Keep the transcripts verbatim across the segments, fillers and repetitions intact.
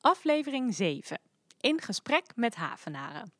Aflevering zeven. In gesprek met havenaren.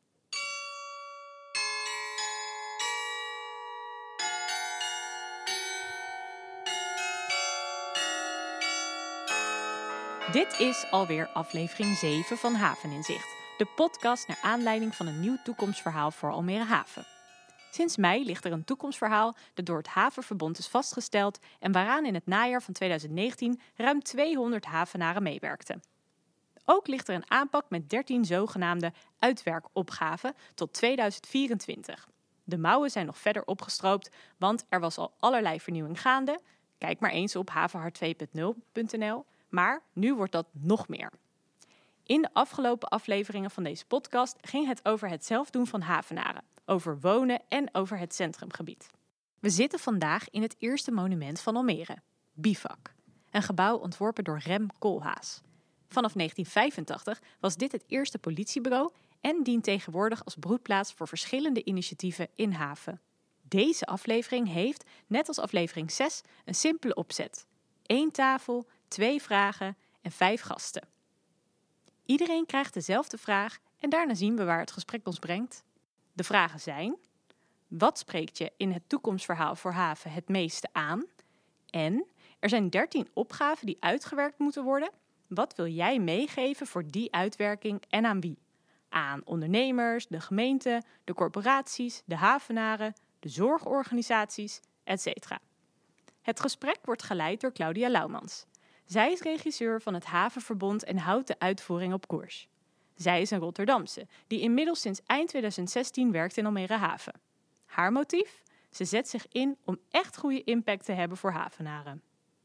Dit is alweer aflevering zeven van Haveninzicht, de podcast naar aanleiding van een nieuw toekomstverhaal voor Almere Haven. Sinds mei ligt er een toekomstverhaal dat door het Havenverbond is vastgesteld en waaraan in het najaar van twintig negentien ruim tweehonderd havenaren meewerkten. Ook ligt er een aanpak met dertien zogenaamde uitwerkopgaven tot tweeduizend vierentwintig. De mouwen zijn nog verder opgestroopt, want er was al allerlei vernieuwing gaande. Kijk maar eens op havenhart twee punt nul punt n l. Maar nu wordt dat nog meer. In de afgelopen afleveringen van deze podcast ging het over het zelfdoen van havenaren, over wonen en over het centrumgebied. We zitten vandaag in het eerste monument van Almere, Bivak. Een gebouw ontworpen door Rem Koolhaas. Vanaf negentien vijfentachtig was dit het eerste politiebureau en dient tegenwoordig als broedplaats voor verschillende initiatieven in haven. Deze aflevering heeft, net als aflevering zes, een simpele opzet. Eén tafel, twee vragen en vijf gasten. Iedereen krijgt dezelfde vraag en daarna zien we waar het gesprek ons brengt. De vragen zijn: wat spreekt je in het toekomstverhaal voor haven het meeste aan? En er zijn dertien opgaven die uitgewerkt moeten worden. Wat wil jij meegeven voor die uitwerking en aan wie? Aan ondernemers, de gemeente, de corporaties, de havenaren, de zorgorganisaties, et cetera. Het gesprek wordt geleid door Claudia Laumans. Zij is regisseur van het Havenverbond en houdt de uitvoering op koers. Zij is een Rotterdamse, die inmiddels sinds eind twintig zestien werkt in Almere Haven. Haar motief? Ze zet zich in om echt goede impact te hebben voor havenaren.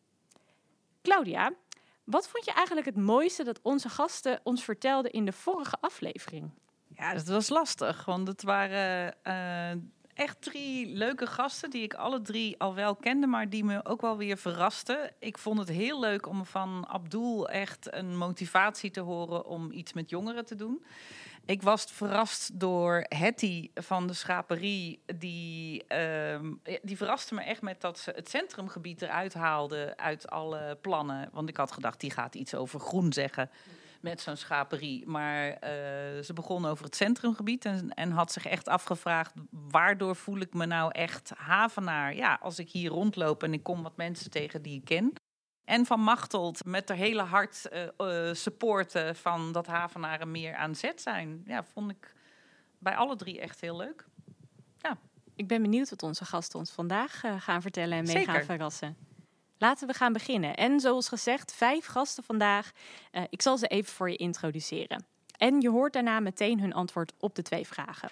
Claudia, wat vond je eigenlijk het mooiste dat onze gasten ons vertelden in de vorige aflevering? Ja, dat was lastig, want het waren uh, echt drie leuke gasten die ik alle drie al wel kende, maar die me ook wel weer verrasten. Ik vond het heel leuk om van Abdul echt een motivatie te horen om iets met jongeren te doen. Ik was verrast door Hetty van de Schaperie. Die, uh, die verraste me echt met dat ze het centrumgebied eruit haalde uit alle plannen. Want ik had gedacht, die gaat iets over groen zeggen met zo'n schaperie. Maar uh, ze begon over het centrumgebied en, en had zich echt afgevraagd: waardoor voel ik me nou echt havenaar? Ja, als ik hier rondloop en ik kom wat mensen tegen die ik ken. En van Machteld met haar hele hart uh, uh, supporten van dat havenaren meer aan zet zijn. Ja, vond ik bij alle drie echt heel leuk. Ja. Ik ben benieuwd wat onze gasten ons vandaag uh, gaan vertellen en mee Zeker. gaan verrassen. Laten we gaan beginnen. En zoals gezegd, vijf gasten vandaag. Uh, ik zal ze even voor je introduceren. En je hoort daarna meteen hun antwoord op de twee vragen.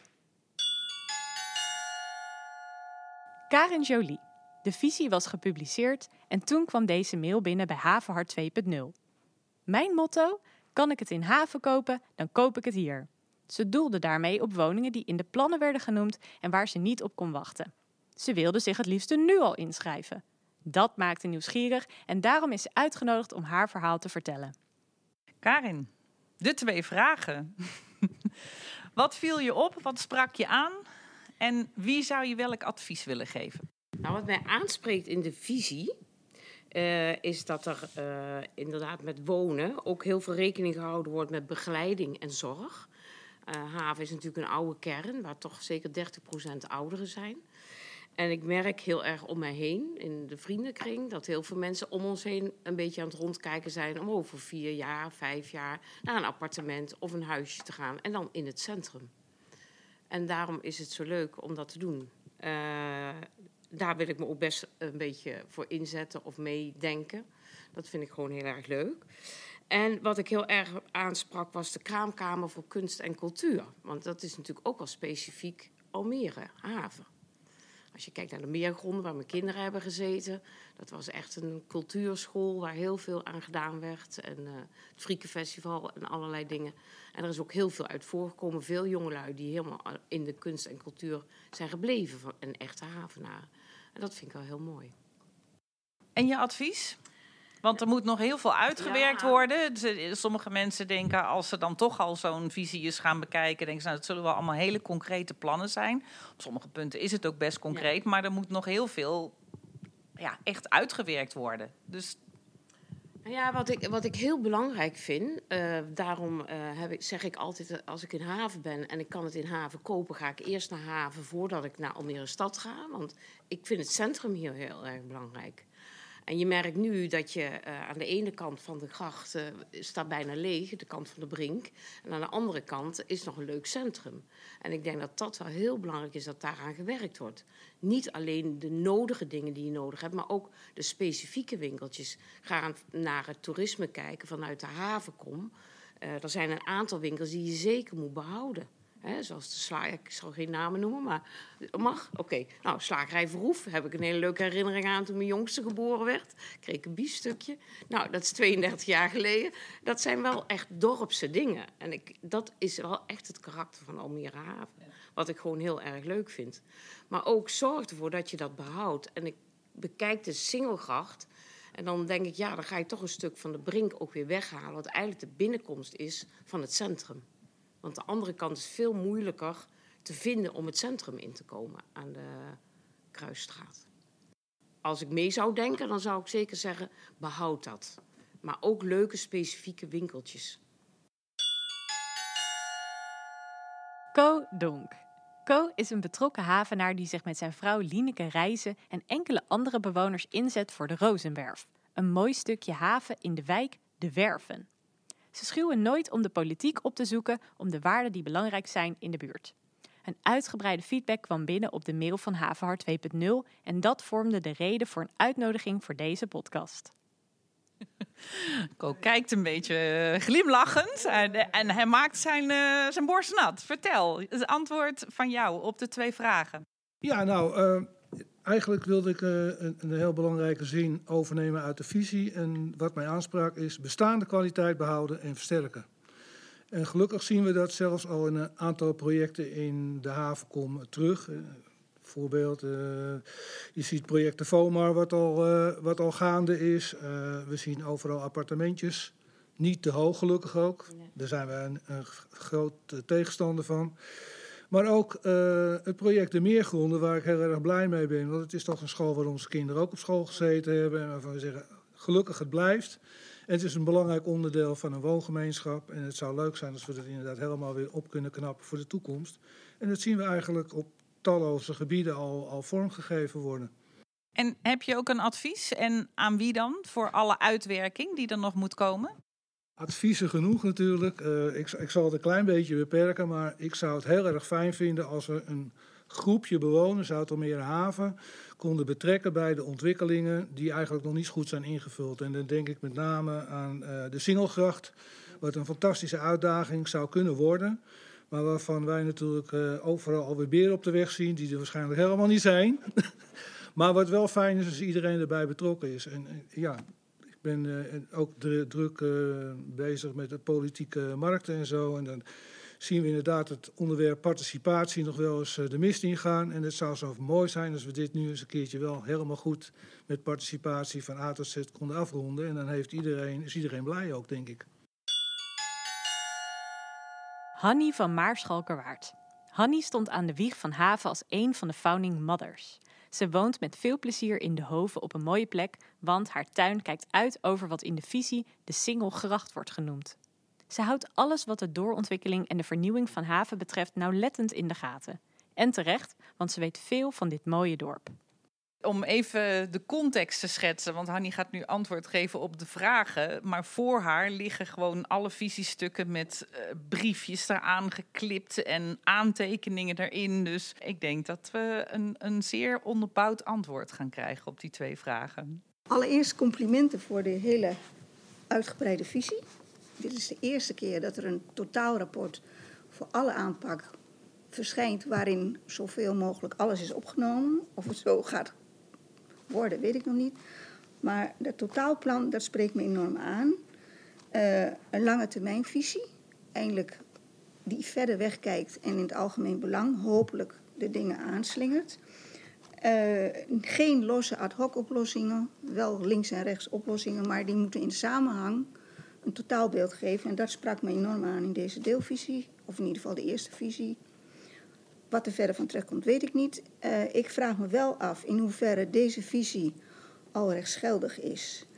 Karin Jolie. De visie was gepubliceerd en toen kwam deze mail binnen bij havenhart twee punt nul. Mijn motto: kan ik het in haven kopen, dan koop ik het hier. Ze doelde daarmee op woningen die in de plannen werden genoemd en waar ze niet op kon wachten. Ze wilde zich het liefst nu al inschrijven. Dat maakte nieuwsgierig en daarom is ze uitgenodigd om haar verhaal te vertellen. Karin, de twee vragen. Wat viel je op? Wat sprak je aan? En wie zou je welk advies willen geven? Nou, wat mij aanspreekt in de visie uh, is dat er uh, inderdaad met wonen ook heel veel rekening gehouden wordt met begeleiding en zorg. Uh, haven is natuurlijk een oude kern, waar toch zeker dertig procent ouderen zijn. En ik merk heel erg om mij heen, in de vriendenkring, dat heel veel mensen om ons heen een beetje aan het rondkijken zijn om over vier jaar, vijf jaar naar een appartement of een huisje te gaan en dan in het centrum. En daarom is het zo leuk om dat te doen. Uh, Daar wil ik me ook best een beetje voor inzetten of meedenken. Dat vind ik gewoon heel erg leuk. En wat ik heel erg aansprak was de kraamkamer voor kunst en cultuur. Want dat is natuurlijk ook al specifiek Almere Haven. Als je kijkt naar de meergronden waar mijn kinderen hebben gezeten. Dat was echt een cultuurschool waar heel veel aan gedaan werd. En uh, het Friekenfestival en allerlei dingen. En er is ook heel veel uit voorgekomen. Veel jongelui die helemaal in de kunst en cultuur zijn gebleven. Van een echte havenaar. En dat vind ik wel heel mooi. En je advies? Want er moet nog heel veel uitgewerkt Ja. worden. Sommige mensen denken, als ze dan toch al zo'n visie eens gaan bekijken, denken ze, nou, het zullen wel allemaal hele concrete plannen zijn. Op sommige punten is het ook best concreet, ja. Maar er moet nog heel veel ja, echt uitgewerkt worden. Dus Ja, wat ik, wat ik heel belangrijk vind, uh, daarom uh, heb ik, zeg ik altijd, als ik in Haven ben en ik kan het in Haven kopen, ga ik eerst naar Haven voordat ik naar Almere Stad ga. Want ik vind het centrum hier heel erg belangrijk. En je merkt nu dat je uh, aan de ene kant van de gracht uh, staat bijna leeg, de kant van de Brink. En aan de andere kant is nog een leuk centrum. En ik denk dat dat wel heel belangrijk is, dat daaraan gewerkt wordt. Niet alleen de nodige dingen die je nodig hebt, maar ook de specifieke winkeltjes. Ga naar het toerisme kijken vanuit de haven kom. Uh, er zijn een aantal winkels die je zeker moet behouden. He, zoals de slager, ik zal geen namen noemen, maar mag? Oké. Okay. Nou, slagerij Verhoef heb ik een hele leuke herinnering aan toen mijn jongste geboren werd. Kreeg ik een biefstukje. Nou, dat is tweeëndertig jaar geleden. Dat zijn wel echt dorpse dingen. En ik, dat is wel echt het karakter van Almere Haven. Wat ik gewoon heel erg leuk vind. Maar ook zorg ervoor dat je dat behoudt. En ik bekijk de Singelgracht. En dan denk ik, ja, dan ga je toch een stuk van de Brink ook weer weghalen. Wat eigenlijk de binnenkomst is van het centrum. Want de andere kant is veel moeilijker te vinden om het centrum in te komen aan de Kruisstraat. Als ik mee zou denken, dan zou ik zeker zeggen, behoud dat. Maar ook leuke specifieke winkeltjes. Co Donk. Co is een betrokken havenaar die zich met zijn vrouw Lieneke Rijzen en enkele andere bewoners inzet voor de Rozenwerf. Een mooi stukje haven in de wijk De Werven. Ze schuwen nooit om de politiek op te zoeken om de waarden die belangrijk zijn in de buurt. Een uitgebreide feedback kwam binnen op de mail van Havenhart twee punt nul en dat vormde de reden voor een uitnodiging voor deze podcast. Co kijkt een beetje glimlachend en, en hij maakt zijn, uh, zijn borst nat. Vertel, het antwoord van jou op de twee vragen. Ja, nou, uh, eigenlijk wilde ik uh, een, een heel belangrijke zin overnemen uit de visie. En wat mijn aanspraak is, bestaande kwaliteit behouden en versterken. En gelukkig zien we dat zelfs al in een aantal projecten in de havenkom terug. Uh, Voorbeeld, uh, je ziet project de Vomar wat al, uh, wat al gaande is. Uh, we zien overal appartementjes. Niet te hoog gelukkig ook. Nee. Daar zijn we een, een groot uh, tegenstander van. Maar ook uh, het project De Meergronden, waar ik heel erg blij mee ben. Want het is toch een school waar onze kinderen ook op school gezeten hebben. En waarvan we zeggen, gelukkig het blijft. En het is een belangrijk onderdeel van een woongemeenschap. En het zou leuk zijn als we dat inderdaad helemaal weer op kunnen knappen voor de toekomst. En dat zien we eigenlijk op talloze gebieden al, al vormgegeven worden. En heb je ook een advies? En aan wie dan? Voor alle uitwerking die er nog moet komen? Adviezen genoeg natuurlijk. Uh, ik, ik zal het een klein beetje beperken, maar ik zou het heel erg fijn vinden als we een groepje bewoners uit Almere Haven konden betrekken bij de ontwikkelingen die eigenlijk nog niet goed zijn ingevuld. En dan denk ik met name aan uh, de Singelgracht, wat een fantastische uitdaging zou kunnen worden. Maar waarvan wij natuurlijk uh, overal alweer beren op de weg zien, die er waarschijnlijk helemaal niet zijn. Maar wat wel fijn is, is dat iedereen erbij betrokken is. En uh, ja, ik ben uh, ook dr- druk uh, bezig met de politieke markten en zo. En dan zien we inderdaad het onderwerp participatie nog wel eens uh, de mist ingaan. En het zou zo mooi zijn als we dit nu eens een keertje wel helemaal goed met participatie van A tot Z konden afronden. En dan heeft iedereen, is iedereen blij ook, denk ik. Hanny van Maarschalkerwaard. Hanny stond aan de wieg van Haven als een van de founding mothers. Ze woont met veel plezier in de Hoven op een mooie plek, want haar tuin kijkt uit over wat in de visie de Singelgracht wordt genoemd. Ze houdt alles wat de doorontwikkeling en de vernieuwing van Haven betreft nauwlettend in de gaten. En terecht, want ze weet veel van dit mooie dorp. Om even de context te schetsen, want Hanny gaat nu antwoord geven op de vragen. Maar voor haar liggen gewoon alle visiestukken met uh, briefjes eraan geklipt en aantekeningen erin. Dus ik denk dat we een, een zeer onderbouwd antwoord gaan krijgen op die twee vragen. Allereerst complimenten voor de hele uitgebreide visie. Dit is de eerste keer dat er een totaalrapport voor alle aanpak verschijnt waarin zoveel mogelijk alles is opgenomen. Of het zo gaat worden, weet ik nog niet. Maar dat totaalplan, dat spreekt me enorm aan. Uh, een lange termijnvisie, eindelijk die verder wegkijkt en in het algemeen belang hopelijk de dingen aanslingert. Uh, geen losse ad hoc oplossingen, wel links en rechts oplossingen, maar die moeten in samenhang een totaalbeeld geven. En dat sprak me enorm aan in deze deelvisie, of in ieder geval de eerste visie. Wat er verder van terechtkomt, weet ik niet. Uh, ik vraag me wel af in hoeverre deze visie al rechtsgeldig is.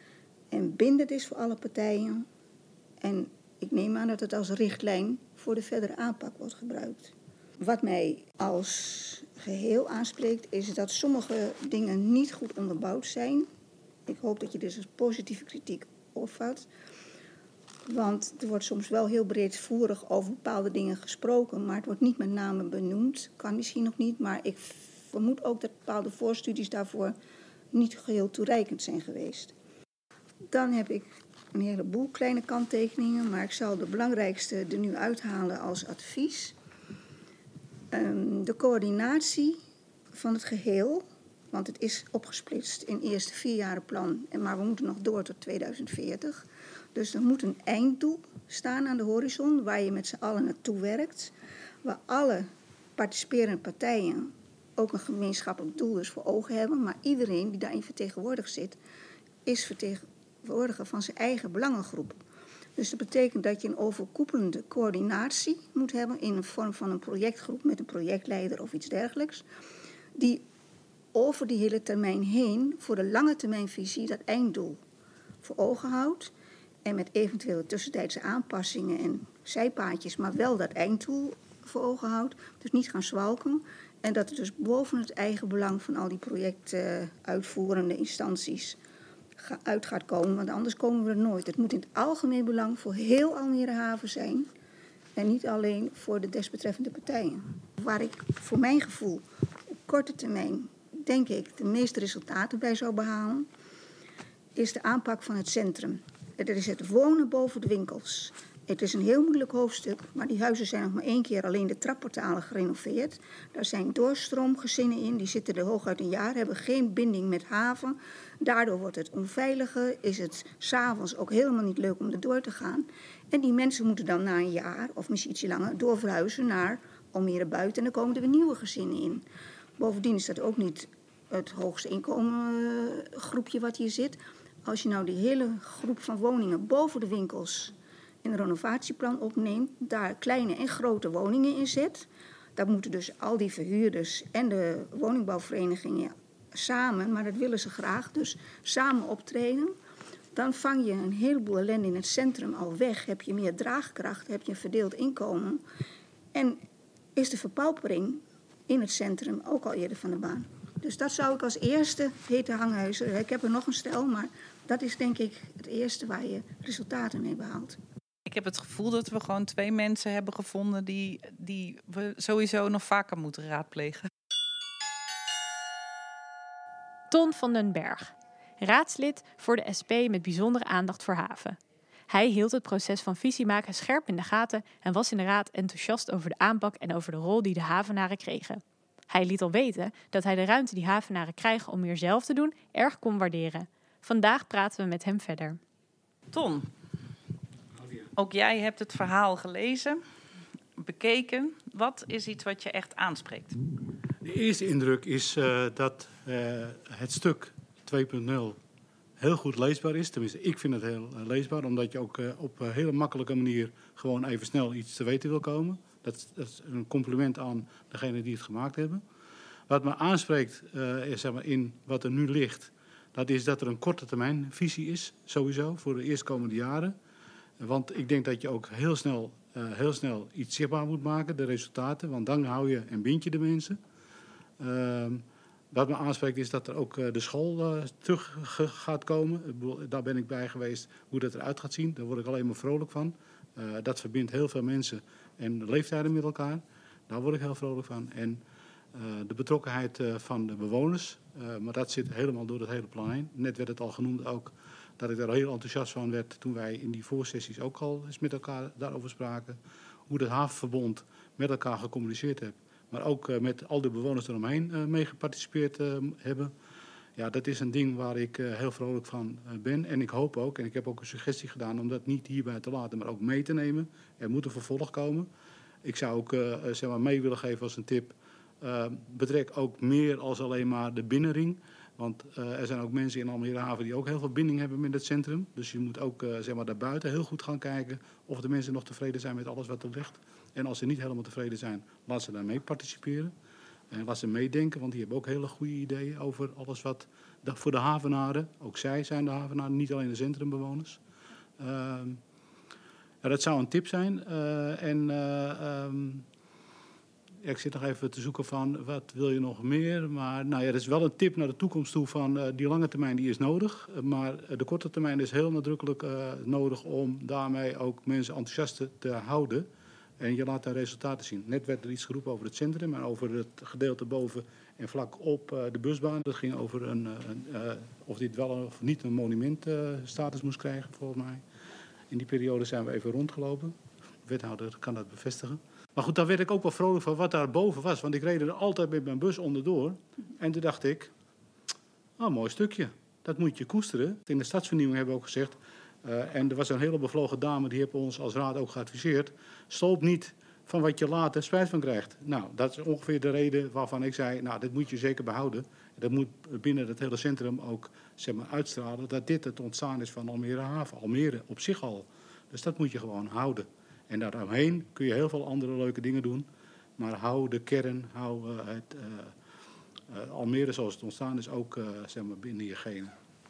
en bindend is voor alle partijen. En ik neem aan dat het als richtlijn voor de verdere aanpak wordt gebruikt. Wat mij als geheel aanspreekt is dat sommige dingen niet goed onderbouwd zijn. Ik hoop dat je dit als positieve kritiek opvat. Want er wordt soms wel heel breedvoerig over bepaalde dingen gesproken, maar het wordt niet met name benoemd. Kan misschien nog niet, maar ik vermoed ook dat bepaalde voorstudies daarvoor niet geheel toereikend zijn geweest. Dan heb ik een heleboel kleine kanttekeningen, maar ik zal de belangrijkste er nu uithalen als advies. Um, de coördinatie van het geheel, want het is opgesplitst in eerst vierjarenplan, maar we moeten nog door tot tweeduizend veertig. Dus er moet een einddoel staan aan de horizon waar je met z'n allen naartoe werkt. Waar alle participerende partijen ook een gemeenschappelijk doel dus voor ogen hebben. Maar iedereen die daarin vertegenwoordigd zit, is vertegenwoordiger van zijn eigen belangengroep. Dus dat betekent dat je een overkoepelende coördinatie moet hebben in de vorm van een projectgroep met een projectleider of iets dergelijks. Die over die hele termijn heen voor de lange termijnvisie dat einddoel voor ogen houdt. En met eventuele tussentijdse aanpassingen en zijpaadjes, maar wel dat einddoel voor ogen houdt. Dus niet gaan zwalken. En dat het dus boven het eigen belang van al die projectuitvoerende instanties uit gaat komen. Want anders komen we er nooit. Het moet in het algemeen belang voor heel Almere Haven zijn. En niet alleen voor de desbetreffende partijen. Waar ik voor mijn gevoel op korte termijn, denk ik, de meeste resultaten bij zou behalen, is de aanpak van het centrum. Het is het wonen boven de winkels. Het is een heel moeilijk hoofdstuk, maar die huizen zijn nog maar één keer alleen de trapportalen gerenoveerd. Daar zijn doorstroomgezinnen in, die zitten er hooguit een jaar, hebben geen binding met haven. Daardoor wordt het onveiliger, is het 's avonds ook helemaal niet leuk om er door te gaan. En die mensen moeten dan na een jaar, of misschien ietsje langer, doorverhuizen naar Almere buiten. En dan komen er weer nieuwe gezinnen in. Bovendien is dat ook niet het hoogste inkomengroepje wat hier zit. Als je nou die hele groep van woningen boven de winkels in een renovatieplan opneemt, daar kleine en grote woningen in zet, daar moeten dus al die verhuurders en de woningbouwverenigingen samen, maar dat willen ze graag, dus samen optreden. Dan vang je een heleboel ellende in het centrum al weg, heb je meer draagkracht, heb je een verdeeld inkomen en is de verpaupering in het centrum ook al eerder van de baan. Dus dat zou ik als eerste hete hangijzer. Ik heb er nog een stel, maar dat is denk ik het eerste waar je resultaten mee behaalt. Ik heb het gevoel dat we gewoon twee mensen hebben gevonden die, die we sowieso nog vaker moeten raadplegen. Ton van den Berg, raadslid voor de S P met bijzondere aandacht voor haven. Hij hield het proces van visiemaken scherp in de gaten en was in de raad enthousiast over de aanpak en over de rol die de havenaren kregen. Hij liet al weten dat hij de ruimte die havenaren krijgen om meer zelf te doen erg kon waarderen. Vandaag praten we met hem verder. Ton, ook jij hebt het verhaal gelezen, bekeken. Wat is iets wat je echt aanspreekt? De eerste indruk is uh, dat uh, het stuk twee punt nul heel goed leesbaar is. Tenminste, ik vind het heel uh, leesbaar, omdat je ook uh, op een hele makkelijke manier gewoon even snel iets te weten wil komen. Dat, dat is een compliment aan degene die het gemaakt hebben. Wat me aanspreekt uh, is, zeg maar, in wat er nu ligt, dat is dat er een korte termijn visie is, sowieso, voor de eerstkomende jaren. Want ik denk dat je ook heel snel, uh, heel snel iets zichtbaar moet maken, de resultaten. Want dan hou je en bind je de mensen. Uh, wat me aanspreekt is dat er ook uh, de school uh, terug ge- gaat komen. Ik bedoel, daar ben ik bij geweest, hoe dat eruit gaat zien. Daar word ik alleen maar vrolijk van. Uh, dat verbindt heel veel mensen en leeftijden met elkaar. Daar word ik heel vrolijk van. En uh, de betrokkenheid uh, van de bewoners. Uh, maar dat zit helemaal door het hele plan heen. Net werd het al genoemd ook dat ik er heel enthousiast van werd toen wij in die voorsessies ook al eens met elkaar daarover spraken. Hoe het havenverbond met elkaar gecommuniceerd heeft. Maar ook uh, met al de bewoners eromheen uh, mee geparticipeerd uh, hebben. Ja, dat is een ding waar ik uh, heel vrolijk van uh, ben. En ik hoop ook, en ik heb ook een suggestie gedaan om dat niet hierbij te laten, maar ook mee te nemen. Er moet een vervolg komen. Ik zou ook uh, zeg maar mee willen geven als een tip. Uh, betrek ook meer als alleen maar de binnenring. Want uh, er zijn ook mensen in Almere Haven die ook heel veel binding hebben met het centrum. Dus je moet ook uh, zeg maar daarbuiten heel goed gaan kijken of de mensen nog tevreden zijn met alles wat er ligt. En als ze niet helemaal tevreden zijn, laat ze daarmee participeren. En laat ze meedenken, want die hebben ook hele goede ideeën over alles wat voor de havenaren. Ook zij zijn de havenaren, niet alleen de centrumbewoners. Uh, ja, dat zou een tip zijn. Uh, en uh, um, ja, ik zit nog even te zoeken van wat wil je nog meer. Maar nou ja, dat is wel een tip naar de toekomst toe van uh, die lange termijn die is nodig. Uh, maar de korte termijn is heel nadrukkelijk uh, nodig om daarmee ook mensen enthousiast te houden. En je laat daar resultaten zien. Net werd er iets geroepen over het centrum en over het gedeelte boven en vlak op uh, de busbaan. Dat ging over een, een, uh, of dit wel of niet een monumentstatus uh, moest krijgen, volgens mij. In die periode zijn we even rondgelopen. De wethouder kan dat bevestigen. Maar goed, daar werd ik ook wel vrolijk van wat daar boven was. Want ik reed er altijd met mijn bus onderdoor. En toen dacht ik, oh, mooi stukje. Dat moet je koesteren. In de stadsvernieuwing hebben we ook gezegd. Uh, en er was een hele bevlogen dame, die heeft ons als raad ook geadviseerd. Stolp niet van wat je later spijt van krijgt. Nou, dat is ongeveer de reden waarvan ik zei, nou, dit moet je zeker behouden. En dat moet binnen het hele centrum ook, zeg maar, uitstralen dat dit het ontstaan is van Almere Haven. Almere op zich al. Dus dat moet je gewoon houden. En daaromheen kun je heel veel andere leuke dingen doen. Maar hou de kern, hou uh, het uh, uh, Almere zoals het ontstaan is ook uh, zeg maar, binnen je genen.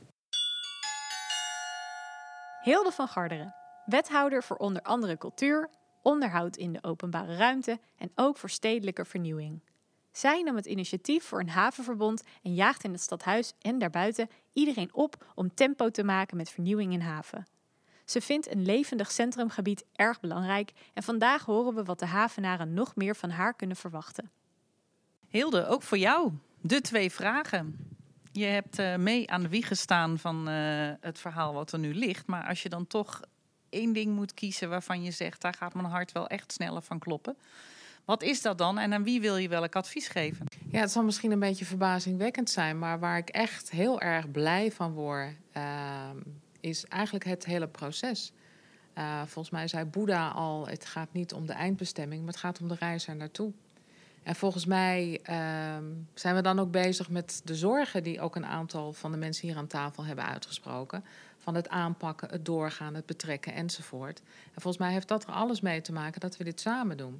Hilde van Garderen, wethouder voor onder andere cultuur, onderhoud in de openbare ruimte en ook voor stedelijke vernieuwing. Zij nam het initiatief voor een havenverbond en jaagt in het stadhuis en daarbuiten iedereen op om tempo te maken met vernieuwing in haven. Ze vindt een levendig centrumgebied erg belangrijk en vandaag horen we wat de havenaren nog meer van haar kunnen verwachten. Hilde, ook voor jou de twee vragen. Je hebt uh, mee aan de wieg gestaan van uh, het verhaal wat er nu ligt. Maar als je dan toch één ding moet kiezen waarvan je zegt, daar gaat mijn hart wel echt sneller van kloppen. Wat is dat dan en aan wie wil je welk advies geven? Ja, het zal misschien een beetje verbazingwekkend zijn, maar waar ik echt heel erg blij van word, uh, is eigenlijk het hele proces. Uh, volgens mij zei Boeddha al, het gaat niet om de eindbestemming, maar het gaat om de reis er naartoe. En volgens mij uh, zijn we dan ook bezig met de zorgen die ook een aantal van de mensen hier aan tafel hebben uitgesproken. Van het aanpakken, het doorgaan, het betrekken enzovoort. En volgens mij heeft dat er alles mee te maken dat we dit samen doen.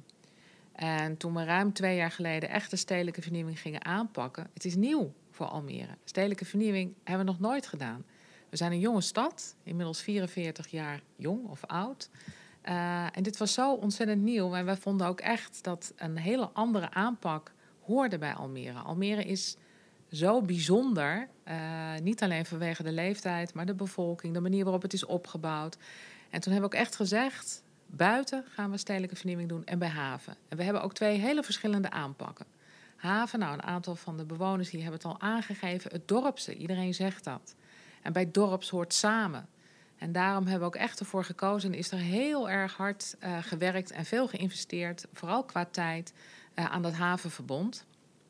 En toen we ruim twee jaar geleden echt de stedelijke vernieuwing gingen aanpakken. Het is nieuw voor Almere. Stedelijke vernieuwing hebben we nog nooit gedaan. We zijn een jonge stad, inmiddels vierenveertig jaar jong of oud. Uh, en dit was zo ontzettend nieuw. En wij vonden ook echt dat een hele andere aanpak hoorde bij Almere. Almere is zo bijzonder. Uh, niet alleen vanwege de leeftijd, maar de bevolking, de manier waarop het is opgebouwd. En toen hebben we ook echt gezegd, buiten gaan we stedelijke vernieuwing doen en bij haven. En we hebben ook twee hele verschillende aanpakken. Haven, nou een aantal van de bewoners hier hebben het al aangegeven. Het dorpse, iedereen zegt dat. En bij dorps hoort samen. En daarom hebben we ook echt ervoor gekozen en is er heel erg hard uh, gewerkt en veel geïnvesteerd, vooral qua tijd, uh, aan dat havenverbond.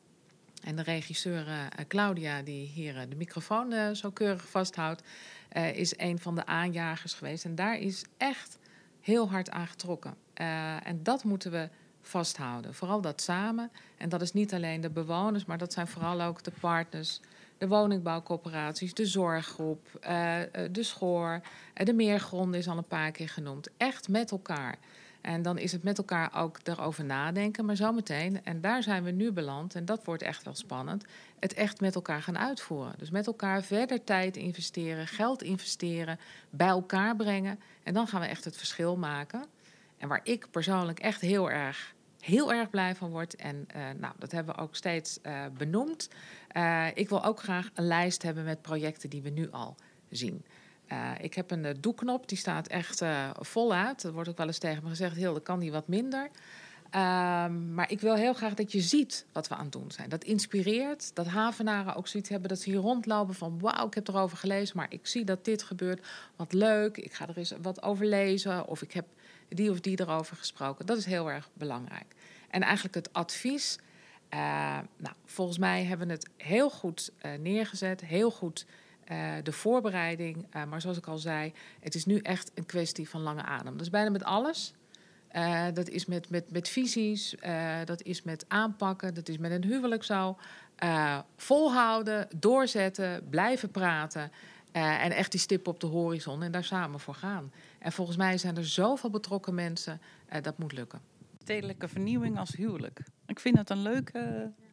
En de regisseur uh, Claudia, die hier uh, de microfoon uh, zo keurig vasthoudt, uh, is een van de aanjagers geweest. En daar is echt heel hard aan getrokken. Uh, en dat moeten we vasthouden. Vooral dat samen. En dat is niet alleen de bewoners, maar dat zijn vooral ook de partners, de woningbouwcorporaties, de zorggroep, uh, de schoor, uh, de meergronden is al een paar keer genoemd. Echt met elkaar. En dan is het met elkaar ook daarover nadenken, maar zometeen, en daar zijn we nu beland, en dat wordt echt wel spannend, het echt met elkaar gaan uitvoeren. Dus met elkaar verder tijd investeren, geld investeren, bij elkaar brengen. En dan gaan we echt het verschil maken. En waar ik persoonlijk echt heel erg, heel erg blij van word, en uh, nou, dat hebben we ook steeds uh, benoemd. Uh, ik wil ook graag een lijst hebben met projecten die we nu al zien. Uh, ik heb een uh, doeknop, die staat echt uh, voluit. Er wordt ook wel eens tegen me gezegd, Hilde, kan die wat minder? Uh, maar ik wil heel graag dat je ziet wat we aan het doen zijn. Dat inspireert, dat havenaren ook zoiets hebben, dat ze hier rondlopen van, wauw, ik heb erover gelezen, maar ik zie dat dit gebeurt. Wat leuk, ik ga er eens wat over lezen, of ik heb die of die erover gesproken. Dat is heel erg belangrijk. En eigenlijk het advies, uh, nou, volgens mij hebben we het heel goed uh, neergezet, heel goed uh, de voorbereiding. Uh, maar zoals ik al zei, het is nu echt een kwestie van lange adem. Dat is bijna met alles. Uh, dat is met, met, met visies, uh, dat is met aanpakken, dat is met een huwelijk zo. Uh, volhouden, doorzetten, blijven praten. Uh, en echt die stip op de horizon en daar samen voor gaan. En volgens mij zijn er zoveel betrokken mensen, uh, dat moet lukken. Stedelijke vernieuwing als huwelijk. Ik vind het een leuke,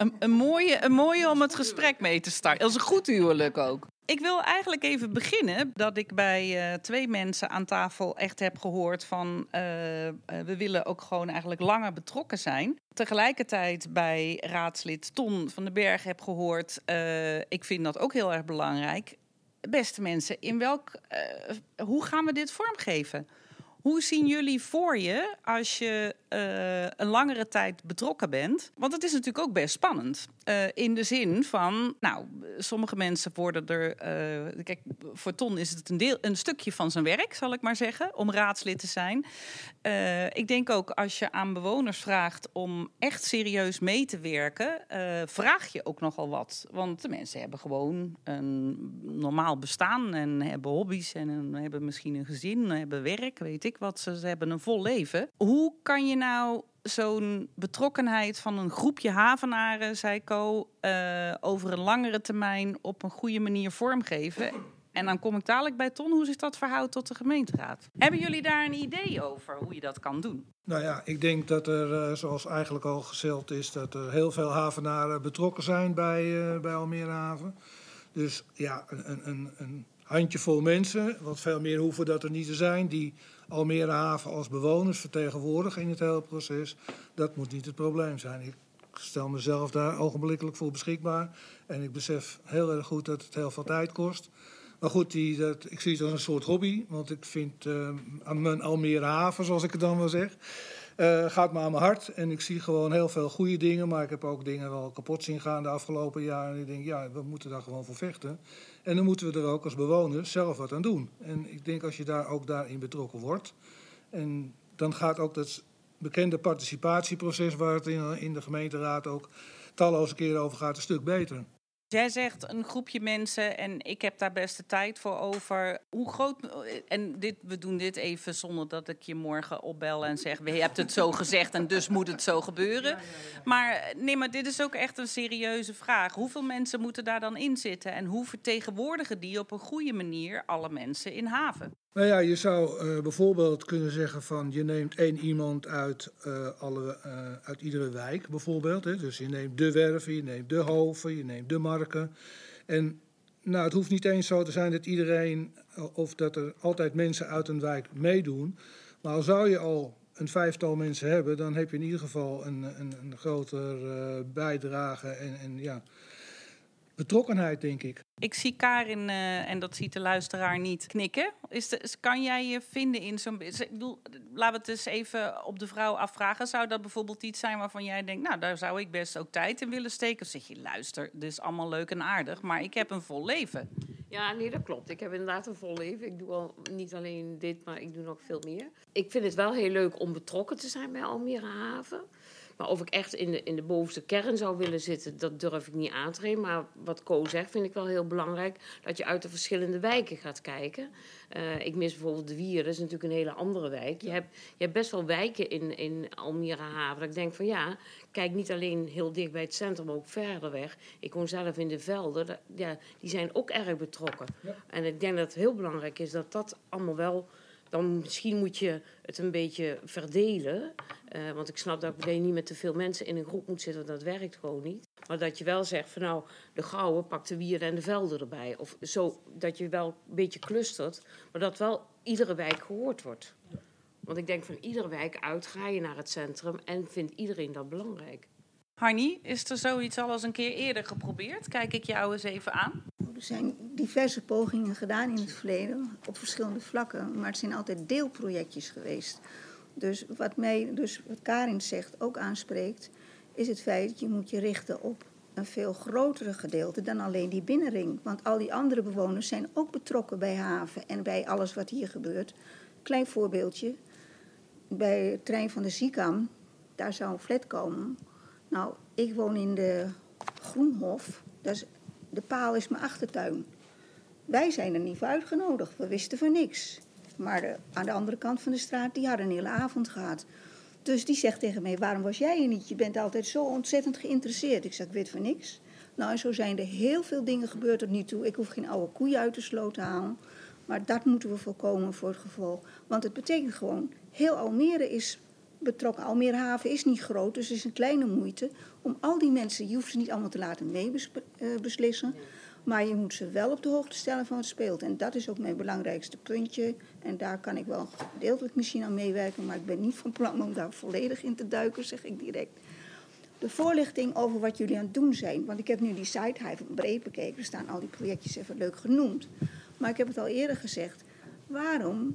Een, een, mooie, een mooie om het gesprek mee te starten. Dat is een goed huwelijk ook. Ik wil eigenlijk even beginnen dat ik bij uh, twee mensen aan tafel echt heb gehoord van uh, uh, we willen ook gewoon eigenlijk langer betrokken zijn. Tegelijkertijd bij raadslid Ton van den Berg heb gehoord, uh, ik vind dat ook heel erg belangrijk. Beste mensen, in welk, uh, hoe gaan we dit vormgeven? Hoe zien jullie voor je als je uh, een langere tijd betrokken bent? Want het is natuurlijk ook best spannend. Uh, in de zin van, nou, sommige mensen worden er... Uh, kijk, voor Ton is het een, deel, een stukje van zijn werk, zal ik maar zeggen, om raadslid te zijn. Uh, ik denk ook als je aan bewoners vraagt om echt serieus mee te werken, uh, vraag je ook nogal wat. Want de mensen hebben gewoon een normaal bestaan en hebben hobby's en een, hebben misschien een gezin, hebben werk, weet ik wat. Ze, ze hebben een vol leven. Hoe kan je nou zo'n betrokkenheid van een groepje havenaren, zei Co, uh, over een langere termijn op een goede manier vormgeven? En dan kom ik dadelijk bij Ton, hoe zich dat verhoudt tot de gemeenteraad. Hebben jullie daar een idee over hoe je dat kan doen? Nou ja, ik denk dat er, zoals eigenlijk al gezegd is, dat er heel veel havenaren betrokken zijn bij, uh, bij Almere Haven. Dus ja, een, een, een handjevol mensen, wat veel meer hoeven dat er niet te zijn, die Almere Haven als bewoners vertegenwoordigen in het hele proces. Dat moet niet het probleem zijn. Ik stel mezelf daar ogenblikkelijk voor beschikbaar. En ik besef heel erg goed dat het heel veel tijd kost. Maar goed, die, dat, ik zie het als een soort hobby. Want ik vind uh, aan mijn Almere Haven, zoals ik het dan wel zeg, uh, gaat me aan mijn hart. En ik zie gewoon heel veel goede dingen. Maar ik heb ook dingen wel kapot zien gaan de afgelopen jaren. En ik denk, ja, we moeten daar gewoon voor vechten. En dan moeten we er ook als bewoners zelf wat aan doen. En ik denk als je daar ook daarin betrokken wordt. En dan gaat ook dat bekende participatieproces, waar het in, in de gemeenteraad ook talloze keren over gaat, een stuk beter. Jij zegt een groepje mensen en ik heb daar best de tijd voor over. Hoe groot, en dit, we doen dit even zonder dat ik je morgen opbel en zeg, je hebt het zo gezegd en dus moet het zo gebeuren. Maar nee, maar dit is ook echt een serieuze vraag. Hoeveel mensen moeten daar dan in zitten en hoe vertegenwoordigen die op een goede manier alle mensen in haven? Nou ja, je zou uh, bijvoorbeeld kunnen zeggen van je neemt één iemand uit, uh, alle, uh, uit iedere wijk bijvoorbeeld. Hè. Dus je neemt de werven, je neemt de hoven, je neemt de marken. En nou, het hoeft niet eens zo te zijn dat iedereen of dat er altijd mensen uit een wijk meedoen. Maar al zou je al een vijftal mensen hebben, dan heb je in ieder geval een, een, een groter uh, bijdrage en, en ja, betrokkenheid, denk ik. Ik zie Karin, uh, en dat ziet de luisteraar niet, knikken. Is de, kan jij je vinden in zo'n... Ik bedoel, laten we het eens even op de vrouw afvragen. Zou dat bijvoorbeeld iets zijn waarvan jij denkt, nou, daar zou ik best ook tijd in willen steken? Of zeg je, luister, dit is allemaal leuk en aardig, maar ik heb een vol leven. Ja, nee, dat klopt. Ik heb inderdaad een vol leven. Ik doe al niet alleen dit, maar ik doe nog veel meer. Ik vind het wel heel leuk om betrokken te zijn bij Almere Haven. Maar of ik echt in de, in de bovenste kern zou willen zitten, dat durf ik niet aan te nemen. Maar wat Co zegt, vind ik wel heel belangrijk. Dat je uit de verschillende wijken gaat kijken. Uh, ik mis bijvoorbeeld de Wier, dat is natuurlijk een hele andere wijk. Je hebt, je hebt best wel wijken in, in Almere Haven. Dat ik denk van ja, kijk niet alleen heel dicht bij het centrum, maar ook verder weg. Ik woon zelf in de Velden. Dat, ja, die zijn ook erg betrokken. Ja. En ik denk dat het heel belangrijk is dat dat allemaal wel... Dan misschien moet je het een beetje verdelen. Uh, want ik snap dat je niet met te veel mensen in een groep moet zitten. Dat werkt gewoon niet. Maar dat je wel zegt van nou, de Gouwen pakt de Wieren en de Velden erbij. Of zo, dat je wel een beetje clustert. Maar dat wel iedere wijk gehoord wordt. Want ik denk van iedere wijk uit ga je naar het centrum. En vindt iedereen dat belangrijk. Harnie, is er zoiets al eens een keer eerder geprobeerd? Kijk ik jou eens even aan. Er zijn diverse pogingen gedaan in het verleden op verschillende vlakken, maar het zijn altijd deelprojectjes geweest. Dus wat mij, dus wat Karin zegt, ook aanspreekt, is het feit dat je moet je richten op een veel grotere gedeelte dan alleen die binnenring. Want al die andere bewoners zijn ook betrokken bij haven en bij alles wat hier gebeurt. Klein voorbeeldje, bij het trein van de Zikam, daar zou een flat komen. Nou, ik woon in de Groenhof, dat is, de paal is mijn achtertuin. Wij zijn er niet voor uitgenodigd, we wisten van niks. Maar de, aan de andere kant van de straat, die hadden een hele avond gehad. Dus die zegt tegen mij, waarom was jij er niet? Je bent altijd zo ontzettend geïnteresseerd. Ik zeg, ik weet van niks. Nou, en zo zijn er heel veel dingen gebeurd tot nu toe. Ik hoef geen oude koeien uit de sloot te halen. Maar dat moeten we voorkomen voor het gevolg. Want het betekent gewoon, heel Almere is betrokken. Almere Haven is niet groot, dus het is een kleine moeite om al die mensen, je hoeft ze niet allemaal te laten meebeslissen, maar je moet ze wel op de hoogte stellen van wat speelt. En dat is ook mijn belangrijkste puntje. En daar kan ik wel gedeeltelijk misschien aan meewerken, maar ik ben niet van plan om daar volledig in te duiken, zeg ik direct. De voorlichting over wat jullie aan het doen zijn. Want ik heb nu die site Hive breed bekeken. Er staan al die projectjes even leuk genoemd. Maar ik heb het al eerder gezegd. Waarom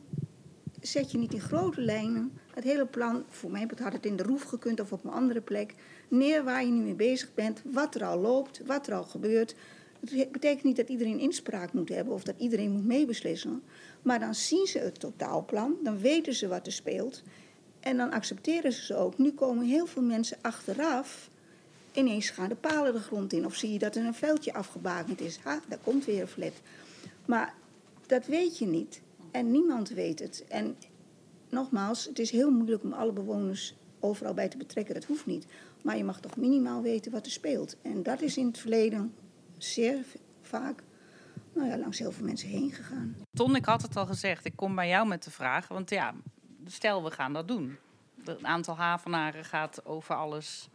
zet je niet in grote lijnen het hele plan, voor mij had het in de Roef gekund of op een andere plek, neer waar je nu mee bezig bent, wat er al loopt, wat er al gebeurt. Het betekent niet dat iedereen inspraak moet hebben of dat iedereen moet meebeslissen. Maar dan zien ze het totaalplan, dan weten ze wat er speelt. En dan accepteren ze ze ook. Nu komen heel veel mensen achteraf, ineens gaan de palen de grond in. Of zie je dat er een veldje afgebakend is. Ha, daar komt weer een flat. Maar dat weet je niet. En niemand weet het. En nogmaals, het is heel moeilijk om alle bewoners overal bij te betrekken. Dat hoeft niet. Maar je mag toch minimaal weten wat er speelt. En dat is in het verleden zeer vaak, nou ja, langs heel veel mensen heen gegaan. Ton, ik had het al gezegd. Ik kom bij jou met de vraag. Want ja, stel we gaan dat doen. Het aantal havenaren gaat over alles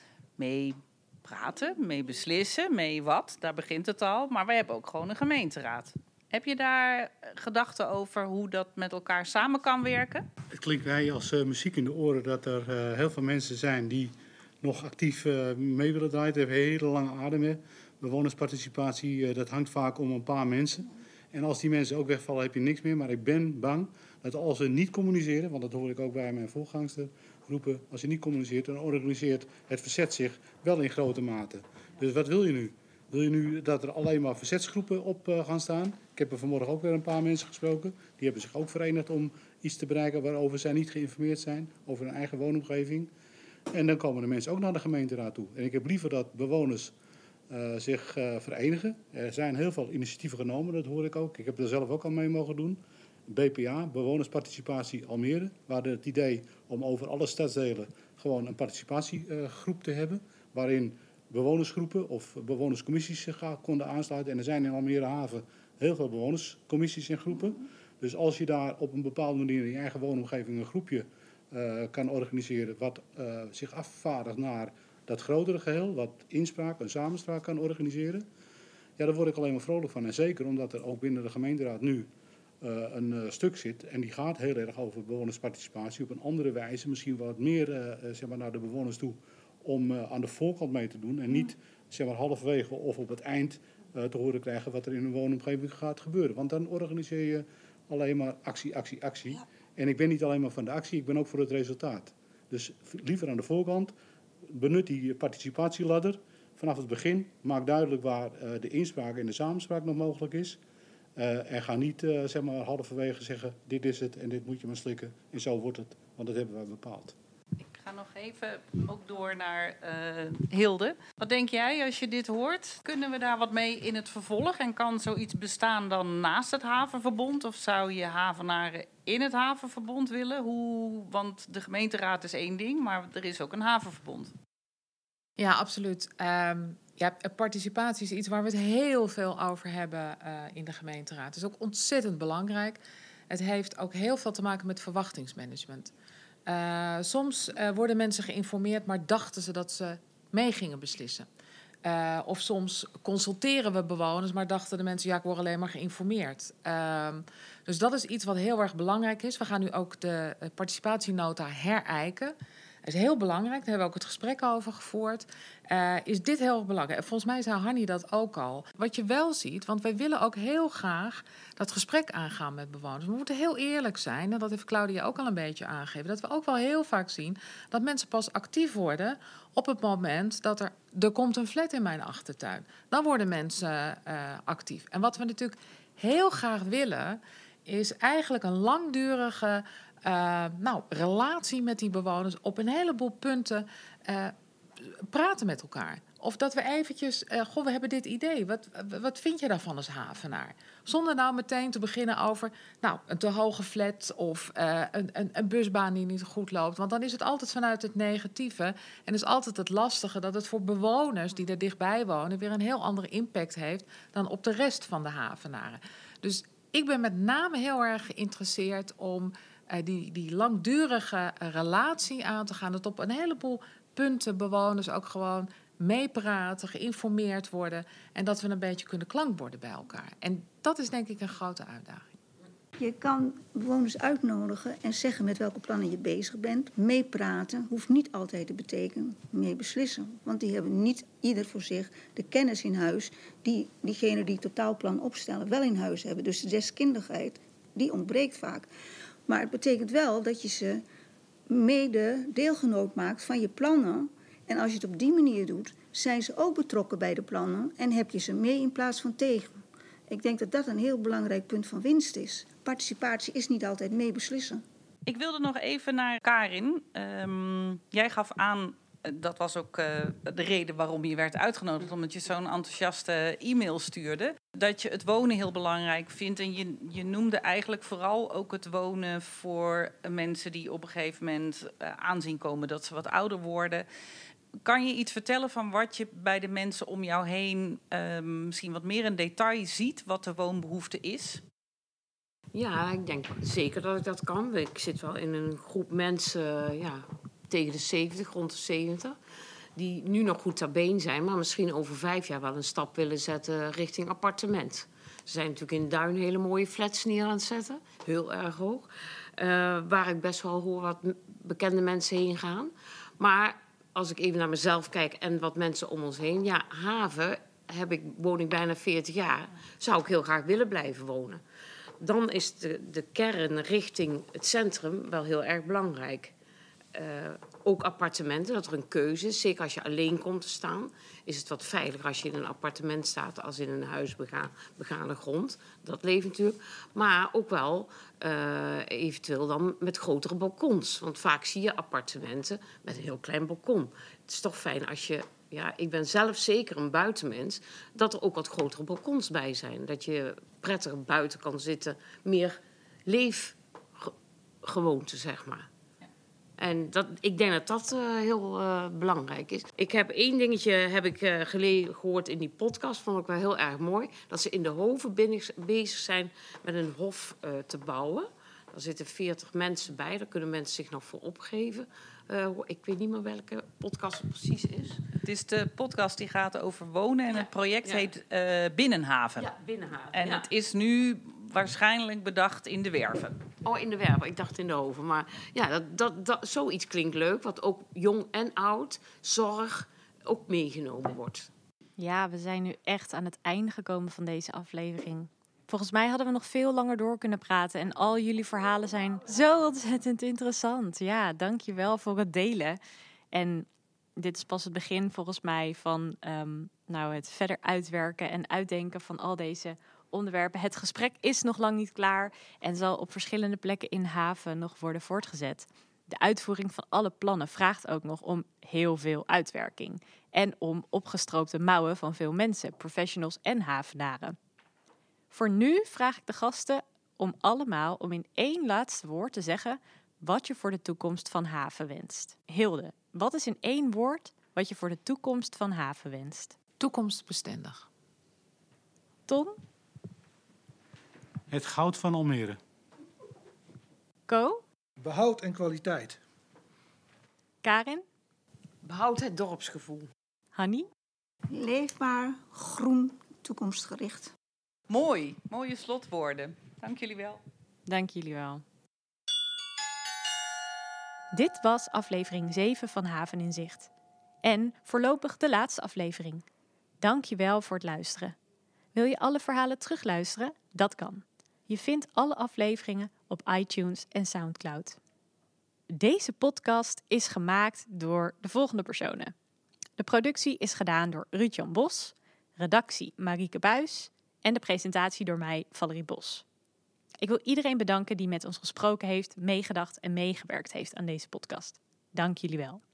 mee praten, mee beslissen, mee wat. Daar begint het al. Maar wij hebben ook gewoon een gemeenteraad. Heb je daar gedachten over hoe dat met elkaar samen kan werken? Het klinkt mij als uh, muziek in de oren dat er uh, heel veel mensen zijn die nog actief uh, mee willen draaien. Het heeft hele lange ademen. Bewonersparticipatie, uh, dat hangt vaak om een paar mensen. En als die mensen ook wegvallen, heb je niks meer. Maar ik ben bang dat als ze niet communiceren, want dat hoor ik ook bij mijn voorgangster roepen, als je niet communiceert, dan organiseert het verzet zich wel in grote mate. Dus wat wil je nu? Wil je nu dat er alleen maar verzetsgroepen op uh, gaan staan? Ik heb er vanmorgen ook weer een paar mensen gesproken. Die hebben zich ook verenigd om iets te bereiken waarover zij niet geïnformeerd zijn, over hun eigen woonomgeving. En dan komen de mensen ook naar de gemeenteraad toe. En ik heb liever dat bewoners uh, zich uh, verenigen. Er zijn heel veel initiatieven genomen, dat hoor ik ook. Ik heb er zelf ook al mee mogen doen. B P A, Bewonersparticipatie Almere. We hadden het idee om over alle stadsdelen gewoon een participatiegroep te hebben, waarin bewonersgroepen of bewonerscommissies zich konden aansluiten. En er zijn in Almere Haven heel veel bewonerscommissies en groepen. Dus als je daar op een bepaalde manier in je eigen woonomgeving een groepje uh, kan organiseren wat uh, zich afvaardigt naar dat grotere geheel, wat inspraak en samenspraak kan organiseren, ja, daar word ik alleen maar vrolijk van. En zeker omdat er ook binnen de gemeenteraad nu uh, een uh, stuk zit en die gaat heel erg over bewonersparticipatie op een andere wijze, misschien wat meer uh, zeg maar naar de bewoners toe, om uh, aan de voorkant mee te doen en niet zeg maar, halverwege of op het eind uh, te horen krijgen wat er in een woonomgeving gaat gebeuren. Want dan organiseer je alleen maar actie, actie, actie. Ja. En ik ben niet alleen maar van de actie, ik ben ook voor het resultaat. Dus liever aan de voorkant, benut die participatieladder vanaf het begin. Maak duidelijk waar uh, de inspraak en de samenspraak nog mogelijk is. Uh, en ga niet uh, zeg maar, halverwege zeggen, dit is het en dit moet je maar slikken. En zo wordt het, want dat hebben wij bepaald. Ik ga nog even ook door naar uh, Hilde. Wat denk jij als je dit hoort? Kunnen we daar wat mee in het vervolg? En kan zoiets bestaan dan naast het havenverbond? Of zou je havenaren in het havenverbond willen? Hoe, want de gemeenteraad is één ding, maar er is ook een havenverbond. Ja, absoluut. Um, ja, participatie is iets waar we het heel veel over hebben uh, in de gemeenteraad. Het is ook ontzettend belangrijk. Het heeft ook heel veel te maken met verwachtingsmanagement. Uh, soms uh, worden mensen geïnformeerd, maar dachten ze dat ze mee gingen beslissen. Uh, of soms consulteren we bewoners, maar dachten de mensen, ja, ik word alleen maar geïnformeerd. Uh, dus dat is iets wat heel erg belangrijk is. We gaan nu ook de participatienota herijken. Dat is heel belangrijk, daar hebben we ook het gesprek over gevoerd. Uh, is dit heel erg belangrijk? Volgens mij zei Hanni dat ook al. Wat je wel ziet, want wij willen ook heel graag dat gesprek aangaan met bewoners. We moeten heel eerlijk zijn, en dat heeft Claudia ook al een beetje aangegeven, dat we ook wel heel vaak zien dat mensen pas actief worden op het moment dat er, er komt een flat in mijn achtertuin. Dan worden mensen uh, actief. En wat we natuurlijk heel graag willen, is eigenlijk een langdurige Uh, nou, relatie met die bewoners op een heleboel punten uh, praten met elkaar. Of dat we eventjes, uh, goh, we hebben dit idee. Wat, wat vind je daarvan als havenaar? Zonder nou meteen te beginnen over nou, een te hoge flat of uh, een, een, een busbaan die niet goed loopt. Want dan is het altijd vanuit het negatieve. En is altijd het lastige dat het voor bewoners die er dichtbij wonen weer een heel andere impact heeft dan op de rest van de havenaren. Dus ik ben met name heel erg geïnteresseerd om uh, die, die langdurige relatie aan te gaan. Dat op een heleboel punten bewoners ook gewoon meepraten, geïnformeerd worden. En dat we een beetje kunnen klankborden bij elkaar. En dat is denk ik een grote uitdaging. Je kan bewoners uitnodigen en zeggen met welke plannen je bezig bent. Meepraten hoeft niet altijd te betekenen mee beslissen. Want die hebben niet ieder voor zich de kennis in huis die diegenen die het totaalplan opstellen wel in huis hebben. Dus de deskundigheid, die ontbreekt vaak. Maar het betekent wel dat je ze mede deelgenoot maakt van je plannen. En als je het op die manier doet, zijn ze ook betrokken bij de plannen en heb je ze mee in plaats van tegen. Ik denk dat dat een heel belangrijk punt van winst is. Participatie is niet altijd mee beslissen. Ik wilde nog even naar Karin. Um, jij gaf aan, dat was ook uh, de reden waarom je werd uitgenodigd, omdat je zo'n enthousiaste e-mail stuurde, dat je het wonen heel belangrijk vindt. En je, je noemde eigenlijk vooral ook het wonen voor mensen die op een gegeven moment uh, aanzien komen dat ze wat ouder worden. Kan je iets vertellen van wat je bij de mensen om jou heen uh, misschien wat meer in detail ziet, wat de woonbehoefte is? Ja, ik denk zeker dat ik dat kan. Ik zit wel in een groep mensen ja, tegen de zeventig, rond de zeventig, die nu nog goed ter been zijn, maar misschien over vijf jaar wel een stap willen zetten richting appartement. Ze zijn natuurlijk in Duin hele mooie flats neer aan het zetten, heel erg hoog, uh, waar ik best wel hoor wat bekende mensen heen gaan. Maar als ik even naar mezelf kijk en wat mensen om ons heen, ja, Haven heb ik, woon ik bijna veertig jaar, zou ik heel graag willen blijven wonen. Dan is de, de kern richting het centrum wel heel erg belangrijk. Uh, ook appartementen, dat er een keuze is. Zeker als je alleen komt te staan, is het wat veiliger als je in een appartement staat als in een huis bega, begane grond. Dat leeft natuurlijk. Maar ook wel uh, eventueel dan met grotere balkons. Want vaak zie je appartementen met een heel klein balkon. Het is toch fijn als je... Ja, ik ben zelf zeker een buitenmens, dat er ook wat grotere balkons bij zijn. Dat je prettiger buiten kan zitten, meer leefgewoonte, zeg maar. Ja. En dat, ik denk dat dat uh, heel uh, belangrijk is. Ik heb één dingetje heb ik, uh, gele- gehoord in die podcast, vond ik wel heel erg mooi. Dat ze in de Hoven bezig zijn met een hof uh, te bouwen. Er zitten veertig mensen bij, daar kunnen mensen zich nog voor opgeven. Uh, ik weet niet meer welke podcast het precies is. Het is de podcast die gaat over wonen en ja. Het project ja. heet uh, Binnenhaven. Ja, Binnenhaven. En ja. Het is nu waarschijnlijk bedacht in de Werven. Oh, in de Werven. Ik dacht in de Hoven. Maar ja, dat, dat, dat, zoiets klinkt leuk. Wat ook jong en oud, zorg, ook meegenomen wordt. Ja, we zijn nu echt aan het einde gekomen van deze aflevering. Volgens mij hadden we nog veel langer door kunnen praten. En al jullie verhalen zijn zo ontzettend interessant. Ja, dank je wel voor het delen. En dit is pas het begin volgens mij van um, nou, het verder uitwerken en uitdenken van al deze onderwerpen. Het gesprek is nog lang niet klaar en zal op verschillende plekken in Haven nog worden voortgezet. De uitvoering van alle plannen vraagt ook nog om heel veel uitwerking. En om opgestroopte mouwen van veel mensen, professionals en havenaren. Voor nu vraag ik de gasten om allemaal om in één laatste woord te zeggen wat je voor de toekomst van Haven wenst. Hilde, wat is in één woord wat je voor de toekomst van Haven wenst? Toekomstbestendig. Tom? Het goud van Almere. Ko? Behoud en kwaliteit. Karin? Behoud het dorpsgevoel. Hanni? Leefbaar, groen, toekomstgericht. Mooi, mooie slotwoorden. Dank jullie wel. Dank jullie wel. Dit was aflevering zeven van Haven in Zicht. En voorlopig de laatste aflevering. Dank je wel voor het luisteren. Wil je alle verhalen terugluisteren? Dat kan. Je vindt alle afleveringen op iTunes en Soundcloud. Deze podcast is gemaakt door de volgende personen. De productie is gedaan door Ruud-Jan Bos, redactie Marieke Buijs en de presentatie door mij, Valerie Bos. Ik wil iedereen bedanken die met ons gesproken heeft, meegedacht en meegewerkt heeft aan deze podcast. Dank jullie wel.